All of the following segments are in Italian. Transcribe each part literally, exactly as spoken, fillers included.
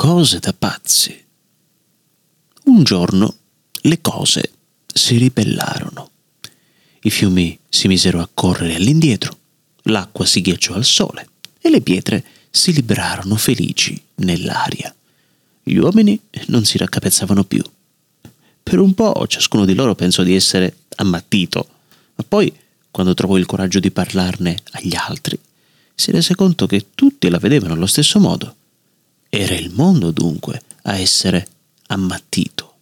Cose da pazzi. Un giorno le cose si ribellarono. I fiumi si misero a correre all'indietro, l'acqua si ghiacciò al sole e le pietre si librarono felici nell'aria. Gli uomini non si raccapezzavano più. Per un po' ciascuno di loro pensò di essere ammattito, ma poi, quando trovò il coraggio di parlarne agli altri, si rese conto che tutti la vedevano allo stesso modo. Era il mondo, dunque, a essere ammattito.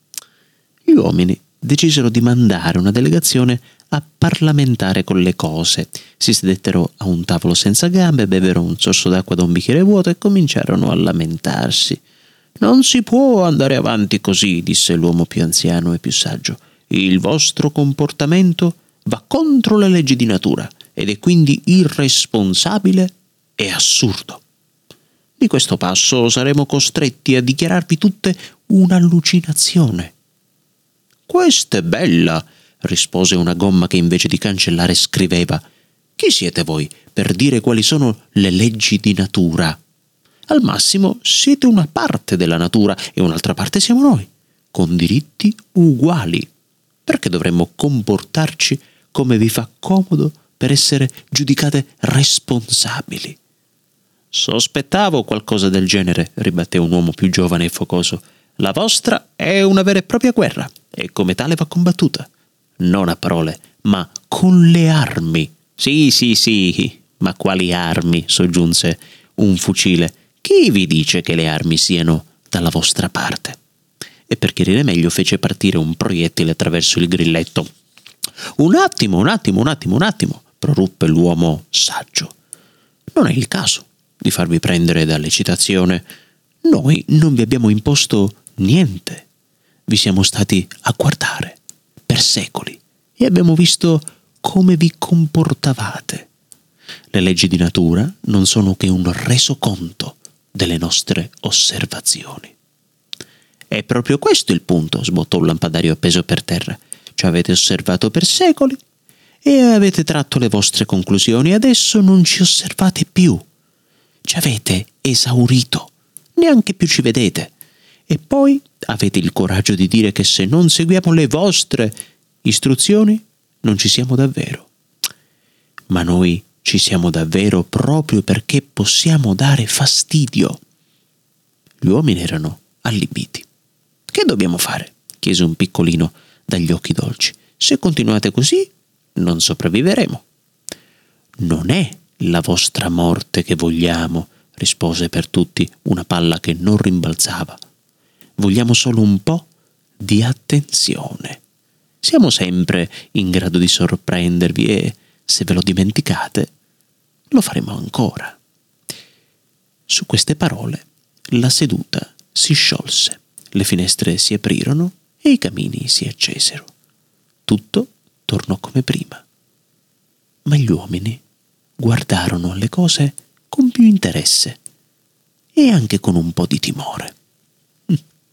Gli uomini decisero di mandare una delegazione a parlamentare con le cose. Si sedettero a un tavolo senza gambe, bevvero un sorso d'acqua da un bicchiere vuoto e cominciarono a lamentarsi. «Non si può andare avanti così», disse l'uomo più anziano e più saggio. «Il vostro comportamento va contro le leggi di natura ed è quindi irresponsabile e assurdo. Di questo passo saremo costretti a dichiararvi tutte un'allucinazione». «Questa è bella», rispose una gomma che invece di cancellare scriveva. «Chi siete voi per dire quali sono le leggi di natura? Al massimo siete una parte della natura e un'altra parte siamo noi, con diritti uguali. Perché dovremmo comportarci come vi fa comodo per essere giudicate responsabili?» «Sospettavo qualcosa del genere», ribatté un uomo più giovane e focoso. «La vostra è una vera e propria guerra e come tale va combattuta. Non a parole, ma con le armi». «Sì, sì, sì, ma quali armi?» soggiunse un fucile. «Chi vi dice che le armi siano dalla vostra parte?» E per chiarire meglio fece partire un proiettile attraverso il grilletto. «Un attimo, un attimo, un attimo, un attimo», proruppe l'uomo saggio. «Non è il caso di farvi prendere dall'eccitazione. Noi non vi abbiamo imposto niente. Vi siamo stati a guardare per secoli e abbiamo visto come vi comportavate. Le leggi di natura non sono che un resoconto delle nostre osservazioni». «È proprio questo il punto», sbottò un lampadario appeso per terra. «Ci avete osservato per secoli e avete tratto le vostre conclusioni. Adesso non ci osservate più. Ci avete esaurito. Neanche più ci vedete. E poi avete il coraggio di dire che se non seguiamo le vostre istruzioni non ci siamo davvero. Ma noi ci siamo davvero proprio perché possiamo dare fastidio». Gli uomini erano allibiti. «Che dobbiamo fare?» chiese un piccolino dagli occhi dolci. «Se continuate così, non sopravviveremo». «Non è la vostra morte che vogliamo», rispose per tutti una palla che non rimbalzava. «Vogliamo solo un po' di attenzione. Siamo sempre in grado di sorprendervi e, se ve lo dimenticate, lo faremo ancora». Su queste parole la seduta si sciolse, le finestre si aprirono e i camini si accesero. Tutto tornò come prima. Ma gli uomini guardarono alle cose con più interesse e anche con un po' di timore. Hm.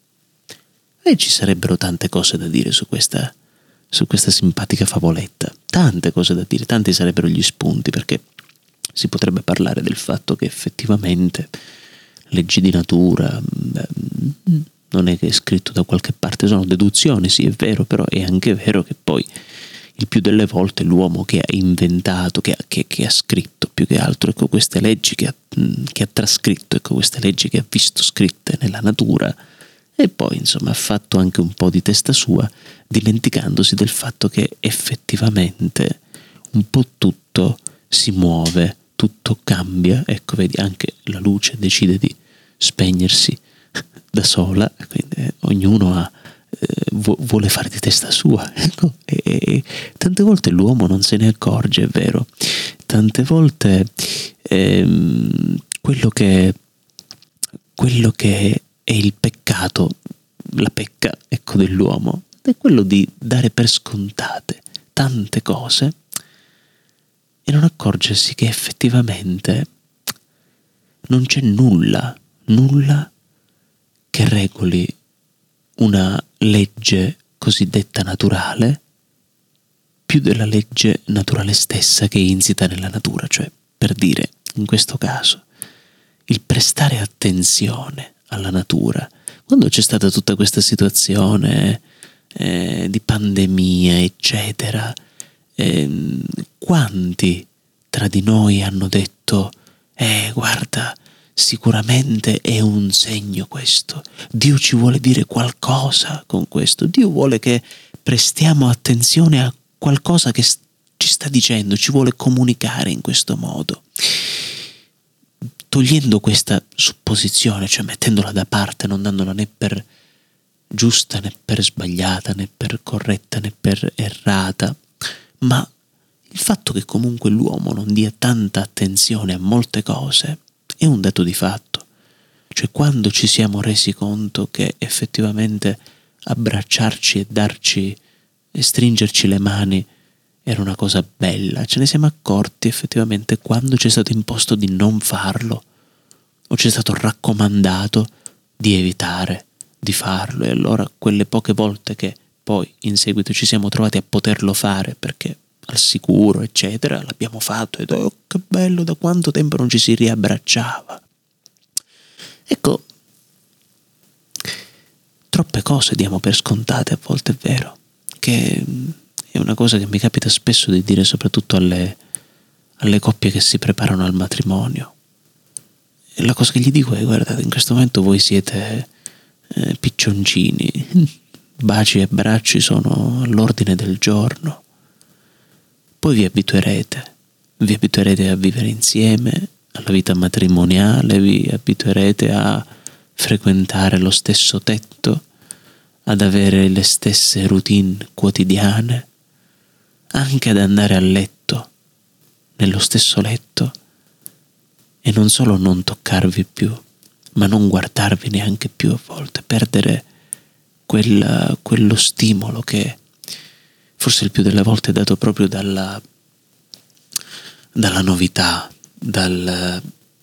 E ci sarebbero tante cose da dire su questa, su questa simpatica favoletta. Tante cose da dire, tanti sarebbero gli spunti, perché si potrebbe parlare del fatto che effettivamente leggi di natura beh, non è che è scritto da qualche parte, sono deduzioni, sì è vero, però è anche vero che poi il più delle volte l'uomo che ha inventato, che ha, che, che ha scritto più che altro ecco queste leggi, che ha, che ha trascritto ecco queste leggi che ha visto scritte nella natura, e poi insomma ha fatto anche un po' di testa sua, dimenticandosi del fatto che effettivamente un po' tutto si muove, tutto cambia. Ecco, vedi, anche la luce decide di spegnersi da sola, quindi eh, ognuno ha, eh, vu- vuole fare di testa sua, ecco? e, e tante volte l'uomo non se ne accorge, è vero, tante volte ehm, quello che quello che è il peccato, la pecca ecco dell'uomo, è quello di dare per scontate tante cose e non accorgersi che effettivamente non c'è nulla, nulla che regoli una legge cosiddetta naturale più della legge naturale stessa che è insita nella natura. Cioè, per dire, in questo caso, il prestare attenzione alla natura, quando c'è stata tutta questa situazione eh, di pandemia, eccetera, eh, quanti tra di noi hanno detto eh guarda, sicuramente è un segno questo, Dio ci vuole dire qualcosa con questo, Dio vuole che prestiamo attenzione a qualcosa che ci sta dicendo, ci vuole comunicare in questo modo. Togliendo questa supposizione, cioè mettendola da parte, non dandola né per giusta né per sbagliata, né per corretta né per errata, ma il fatto che comunque l'uomo non dia tanta attenzione a molte cose è un dato di fatto. Cioè, quando ci siamo resi conto che effettivamente abbracciarci e darci e stringerci le mani era una cosa bella, ce ne siamo accorti effettivamente quando ci è stato imposto di non farlo o ci è stato raccomandato di evitare di farlo, e allora quelle poche volte che poi in seguito ci siamo trovati a poterlo fare perché al sicuro eccetera, l'abbiamo fatto ed oh che bello, da quanto tempo non ci si riabbracciava. Ecco, troppe cose diamo per scontate a volte, è vero, che è una cosa che mi capita spesso di dire soprattutto alle, alle coppie che si preparano al matrimonio. E la cosa che gli dico è: guardate, in questo momento voi siete eh, piccioncini, baci e abbracci sono all'ordine del giorno, poi vi abituerete, vi abituerete a vivere insieme, alla vita matrimoniale, vi abituerete a frequentare lo stesso tetto, ad avere le stesse routine quotidiane, anche ad andare a letto, nello stesso letto, e non solo non toccarvi più, ma non guardarvi neanche più a volte, perdere quel, quello stimolo che forse il più delle volte è dato proprio dalla, dalla novità, dal,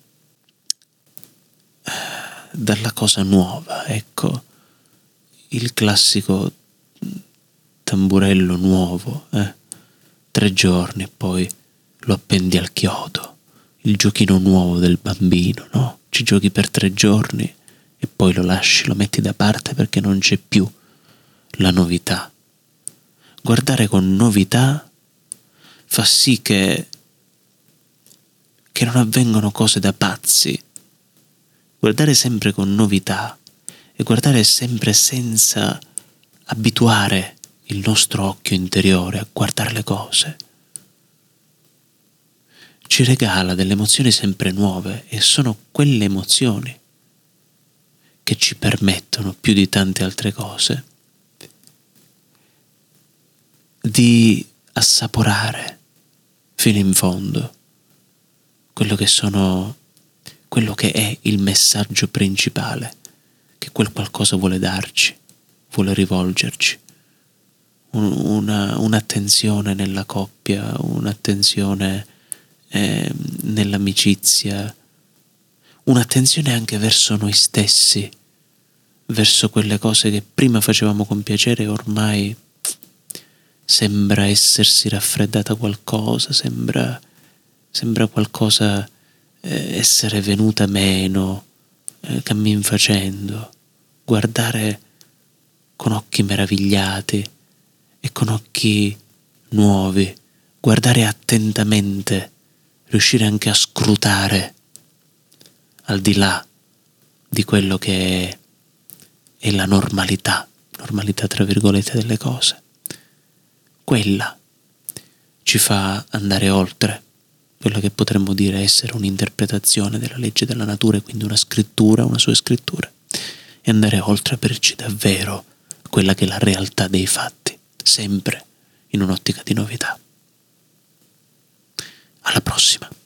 dalla cosa nuova, ecco, il classico tamburello nuovo, eh? tre giorni e poi lo appendi al chiodo, il giochino nuovo del bambino, no? Ci giochi per tre giorni e poi lo lasci, lo metti da parte perché non c'è più la novità. Guardare con novità fa sì che, che non avvengano cose da pazzi. Guardare sempre con novità e guardare sempre senza abituare il nostro occhio interiore a guardare le cose ci regala delle emozioni sempre nuove, e sono quelle emozioni che ci permettono, più di tante altre cose, di assaporare fino in fondo quello che sono, quello che è il messaggio principale che quel qualcosa vuole darci, vuole rivolgerci. Una, un'attenzione nella coppia, un'attenzione eh, nell'amicizia, un'attenzione anche verso noi stessi, verso quelle cose che prima facevamo con piacere e ormai sembra essersi raffreddata qualcosa, sembra, sembra qualcosa eh, essere venuta meno, eh, cammin facendo. Guardare con occhi meravigliati e con occhi nuovi, guardare attentamente, riuscire anche a scrutare al di là di quello che è, è la normalità, normalità tra virgolette delle cose. Quella ci fa andare oltre quella che potremmo dire essere un'interpretazione della legge della natura, e quindi una scrittura, una sua scrittura, e andare oltre per ci davvero quella che è la realtà dei fatti, sempre in un'ottica di novità. Alla prossima.